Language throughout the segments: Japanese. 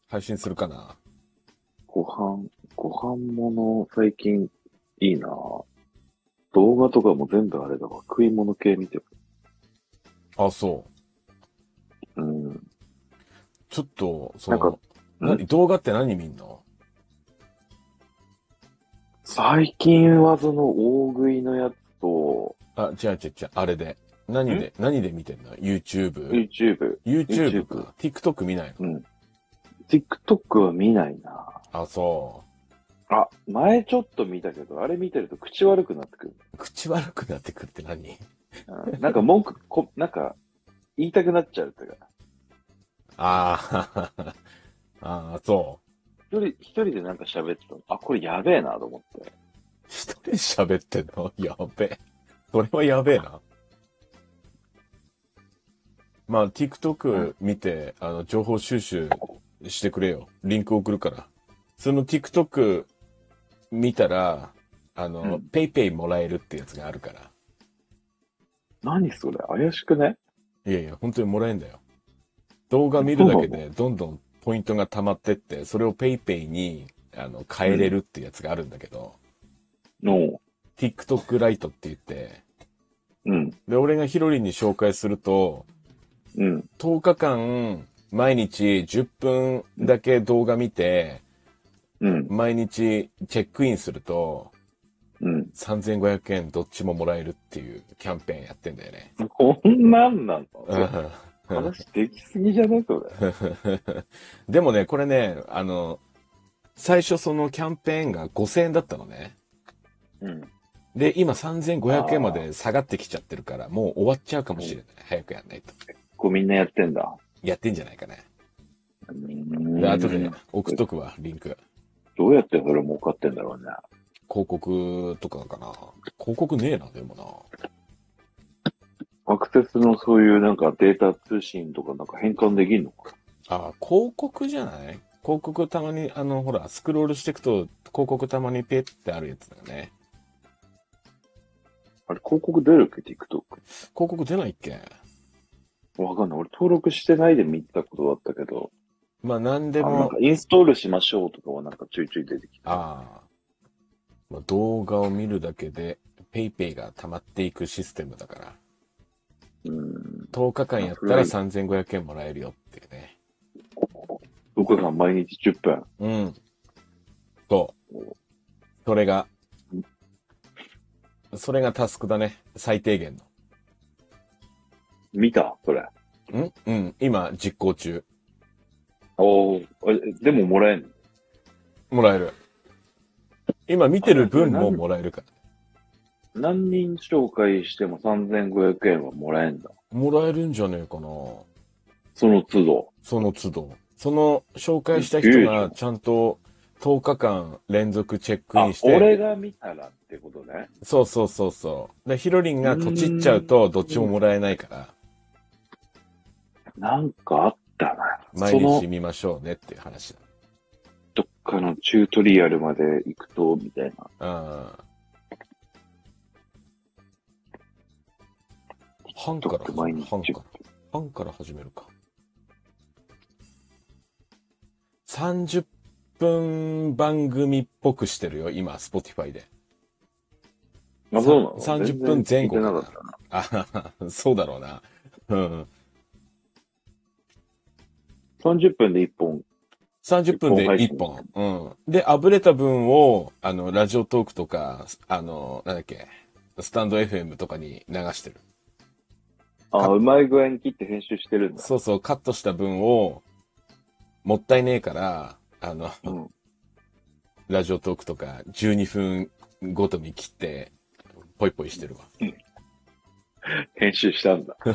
配信するかな。 ご飯もの、最近、いいな。動画とかも全部あれだわ。食い物系見てる。 あ、そう。 うん。 ちょっと、 なんか、 動画って何見んの？ 最近はその大食いのやつと、 あ、違う違う違う、あれで。何で見てんの？ YouTube？ YouTube。 YouTube YouTube。 か。TikTok 見ないの？ うん。TikTok は見ないな。 あ、そあ、前ちょっと見たけど、あれ見てると口悪くなってくる。 う。口悪くなってくるって何？ うん、なんか文句、なんか言いたくなっちゃうっていうか。 ああ、ああ、そう。 一人でなんか喋ってたの。あ、これやべえなと思って。 一人で喋ってんの？やべえ。それはやべえな。まあ、 あ TikTok 見て、情報収集してくれよ。リンク送るから。その TikTok 見たら、 うん。 ペイペイもらえるってやつがあるから。 何それ怪しくね？ いやいや、本当にもらえんだよ。動画見るそうなの？ だけで、どんどんポイントが溜まってって、それをペイペイに、変えれうん。 るってやつがあるんだけど、 の、 TikTok ライトって言って、 うん。 で、俺がヒロリンに紹介すると、 うん。 10日間、毎日10分だけ動画見て、 うん。 毎日チェックインすると、 うん。 3500円どっちももらえるっていうキャンペーンやってんだよね。 こんなんなの？ うん。 話できすぎじゃねそれ。 でもね、これね、最初そのキャンペーンが5000円だったのね。 うん。 で、今3500円まああ、 で下がってきちゃってるから、もう終わっちゃうかもうん。 しれない。早くやんないと。 こうみんなやってんだ。 やってんじゃないかな。 うーで、後でん。 送っとくわ、リンク。 どうやってそれ儲かってんだろうね。 広告とかかな。広告ねえな、でもな。 アクセスのそういうなんかデータ通信とかなんか変換できんのかあ、広告じゃない？広告たまに、ほら、スクロールしていくと、広告たまにペッってあるやつだよね。 な？あれ広告出るっけ ?TikTok。 広告出ないっけ？ わかんない。俺登録してないで見たことだったけど、 まあ、なんであ、なんかも、 インストールしましょうとかはなんかちょいちょい出てきた。 ああ、まあ、動画を見るだけで、ペイペイが溜まっていくシステムだから、 うーん。 10日間まあ、 やったらそれはいい。 3500円もらえるよっていうね。 僕が毎日10分。 うん。そう。それがタスクだね。最低限見たそれ。 の。うん。今、実行中。 おー、でももらえんの？ もらえる。今見てるそれ分ももらえるから。 何人紹介しても3500円はもらえんだ。 もらえるんじゃねえかな。 その都度。 その都度。その紹介すした人げえじゃん。 がちゃんと10日間連続チェックインあ、 して、 俺が見たらってことね。 そうそうそうそう。で、ヒロリンうがとちっちゃうーとどっちもん。 もらえないから、 なんかあったな。 毎日見ましょうねっていう話だ。 どっかのチュートリアルまで行くと、みたいな。 ああ。半どっか毎から始める。半日。 から。半から始めるか。30分番組っぽくしてるよ、今、Spotify で。 あ、そうなの？ 30 全然分前聞いて後かな。 なかったな。 あははそうだろうな。うん。 30分で1本、 30 1本分で1 配信して本。うん。で、あぶれた分を、ラジオトークとか、なんだっけ、スタンド FM とかに流してる。か、 うまい具合に切って編集してるんだ。 そうそう、カットした分を、もったいねえから、 うん。 ラジオトークとか12分ごとに切って、ポイポイしてるわ。 編集したんだ。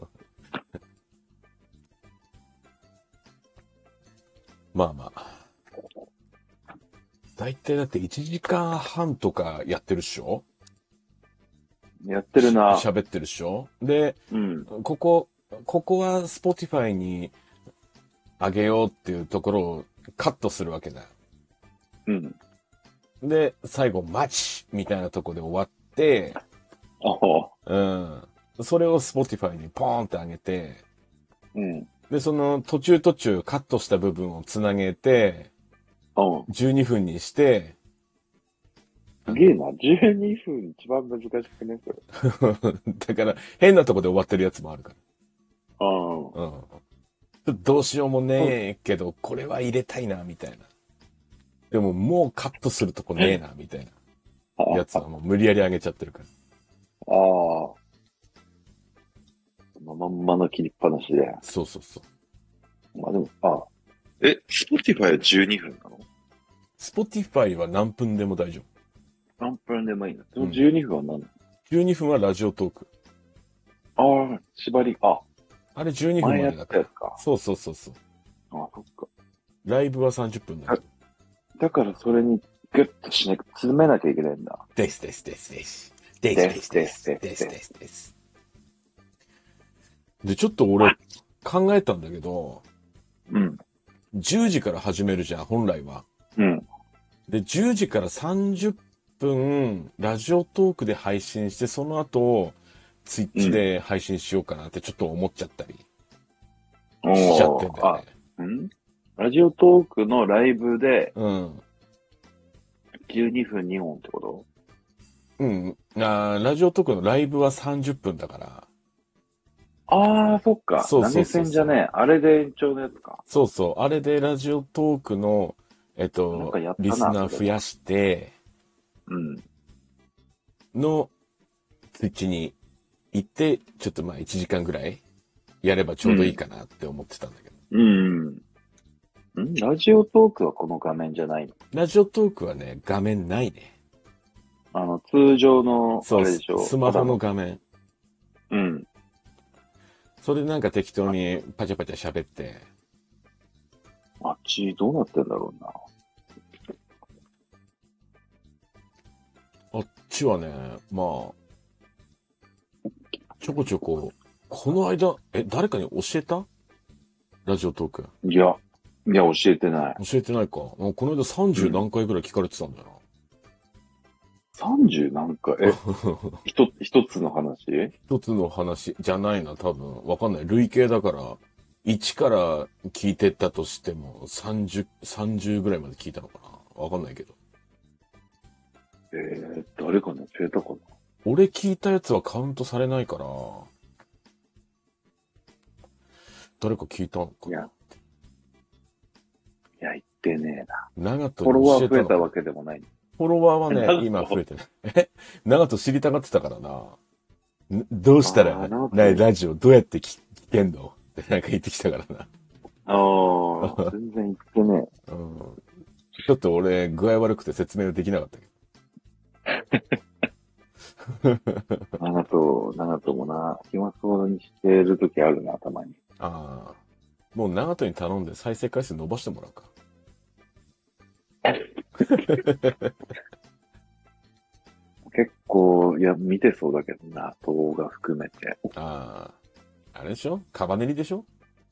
まあまあ。だいたいだって1時間半とかやってるっしょ？ やってるな。 喋ってるっしょ？で、 うん。 ここ、ここは Spotify にあげようっていうところをカットするわけだよ。 うん。 で、最後、マッチみたいなとこで終わって、 ああ。 うん。それを Spotify にポーンってあげて、 うん。 で、その途中途中カットした部分をつなげて、 うん。 12分にして、 すげえな。12分一番難しくね、それ。 だから変なとこで終わってるやつもあるかあら。うん。ちょっとどうしようもあ。 ねえけど、これは入れたいな、みたいな。でももうカットするとこねえな、みたいなやつはもう無理やり上げちゃってるから。 ああ。そのまんまの切りっぱなしで。 そうそうそう。 まあでも、Spotify は12分なの？ Spotify は何分でも大丈何分でもいいの？そのうん 12分は何なの？ 夫。12分はラジオトーク。 ああ、縛り、 あれ12分前やっまでだから。 たやつか。 そうそうそうそう。 そっか。 ライブは30分だけど。 だからそれにギュッと詰めなきゃいけないんだ。 ですですですです。ですですですですですです。で、ちょっと俺考えたんだけど、 うん。 10時から始めるじゃん、本来は。 うん。 で、10時から30分、ラジオトークで配信して、その後、ツイッチで配信しようかなってちょっと思っちゃったりしちゃってんだよね。 ラジオトークのライブでうん。 12分2本ってこと？ うん。ラジオトークのライブは30分だから。 そっか。 そうそう投げそうそう。 銭じゃねえ。あれで延長のやつか。 そうそう。あれでラジオトークの、 なんかやっリスたな、それは。 ナー増やして、 うん。 の、ツイッチに行って、ちょっとまあ1時間ぐらいやればちょうどいいかなって思ってたんだけど。 うん。ラジオトークはこの画面じゃないの？ ラジオトークはね、画面ないね。 通常の、あそう、 れでしょ？ スマホの画面。 うん。 それでなんか適当にパチャパチャ喋って。 あっちどうなってんだろうな。 あっちはね、まあ、ちょこちょこ、この間、誰かに教えたラジオトーク。 教えてない。 教えてないか。この間30何回ぐらい聞かれてたんだよな。 30何回一つの話？ 一つの話じゃないな、多分。わかんない。累計だから、1から聞いてったとしても、30ぐらいまで聞いたのかな。わかんないけど。 誰かに教えたかな？ 俺聞いたやつはカウントされないから、誰か聞いたのかな。 言ってねえな。 長門フォロワに教えたのかな。 ー増えたわけでもない。 フォロワーはね、今増えてない。長門知りたがってたからな。どうしたら、ラジオどうやって聞けんのってなんか言ってきたからな。 全然言ってねうん。ちょっと俺、具合悪くて説明できなかったけど。 長門もな、暇そうにしてるときあるな、たまに。 ああ。もう長門に頼んで再生回数伸ばしてもらうか。 結構、見てそうだけどな、動画含めて。 ああ。あれでしょカバネリでしょ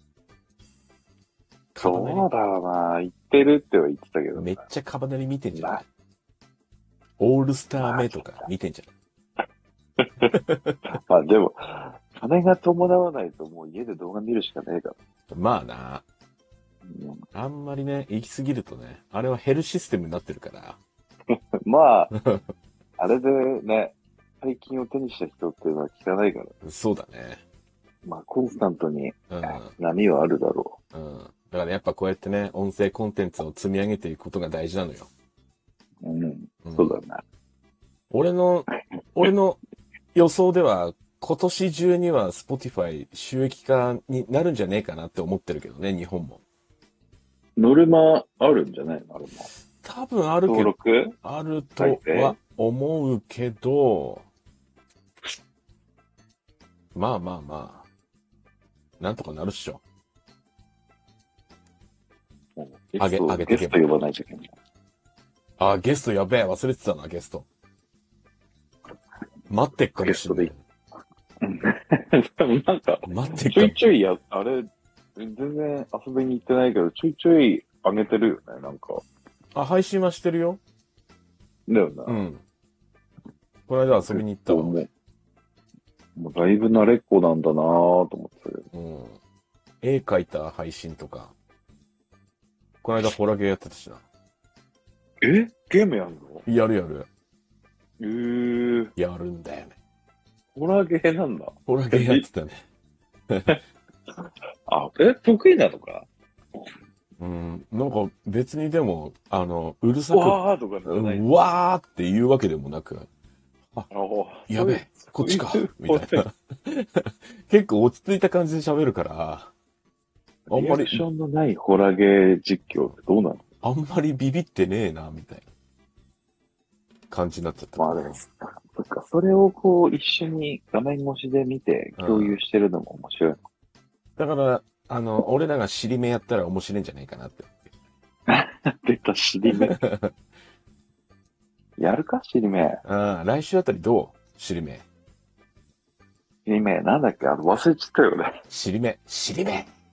そうだろうな、言ってるっては言ってたけど。 めっちゃカバネリ見てんじゃない、オールスター目とか見てんじゃないでも、金が伴わないともう家で動画見るしかねえから。 まあな。あんまりね、行き過ぎるとね、あれは減るシステムになってるから。 まあ、あれでね、大金を手にした人っていうのは聞かないから。 そうだね。 まあ、コンスタントにうん。 波はあるだろうん。だからやっぱこうやってね、音声コンテンツを積み上げていくことが大事なのよ。 そうだな。 俺の予想では、今年中には Spotify 収益化になるんじゃねえかなって思ってるけどね、日本も。 ノルマあるんじゃないの？あれも。 多分あるけど、あるとは思うけど、まあまあまあ、なんとかなるっしょ。 ゲスト呼ばないといけない。 ゲストやべえ、忘れてたな、ゲスト。待ってっかもしれない。 でもなんか、ちょいちょいあれ、全然遊びに行ってないけど、ちょいちょい上げてるよね、なんか。 配信はしてるよ。 だよな。 うん。この間遊びに行ったわ。 もうだいぶ慣れっこなんだなぁと思ってたけど。 絵描いた配信とか。この間ホラゲーやってたしな。 ゲームやんの？ やるやる。やるんだよね。 ホラゲーなんだ。 ホラゲーやってたね。 得意なのか？ なんか別にでも、うるさく、 わーとかじゃない。 わーって言うわけでもなく、やべえ、こっちか、みたいな。結構落ち着いた感じで喋るから、あんまり、 リアクションのないホラゲー実況ってどうなの？ あんまりビビってねえな、みたいな感じになっちゃった。 まあでも、そっか、それをこう一緒に画面越しで見て共有してるのも面白い。 だから、俺らが尻目やったら面白いんじゃないかなって。 出た、尻目。やるか、尻目。 来週あたりどう？尻目。 尻目、なんだっけ、忘れちゃったよね。 尻目。 尻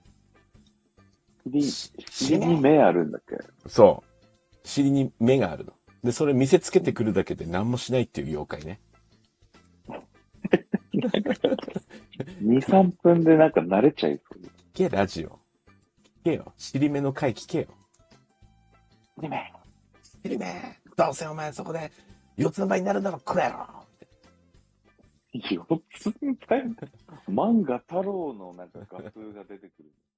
に目あるんだっけ？ そう。尻に目があるの。で、それ見せつけてくるだけで何もしないっていう妖怪ね。 2、3分でなんか慣れちゃいそう。 聞け、ラジオ。聞けよ。尻目の回聞けよ。尻目。どうせお前そこで四つん這いになるんだろ、これやろ。 四つん這い漫画太郎のなんか画風が出てくる。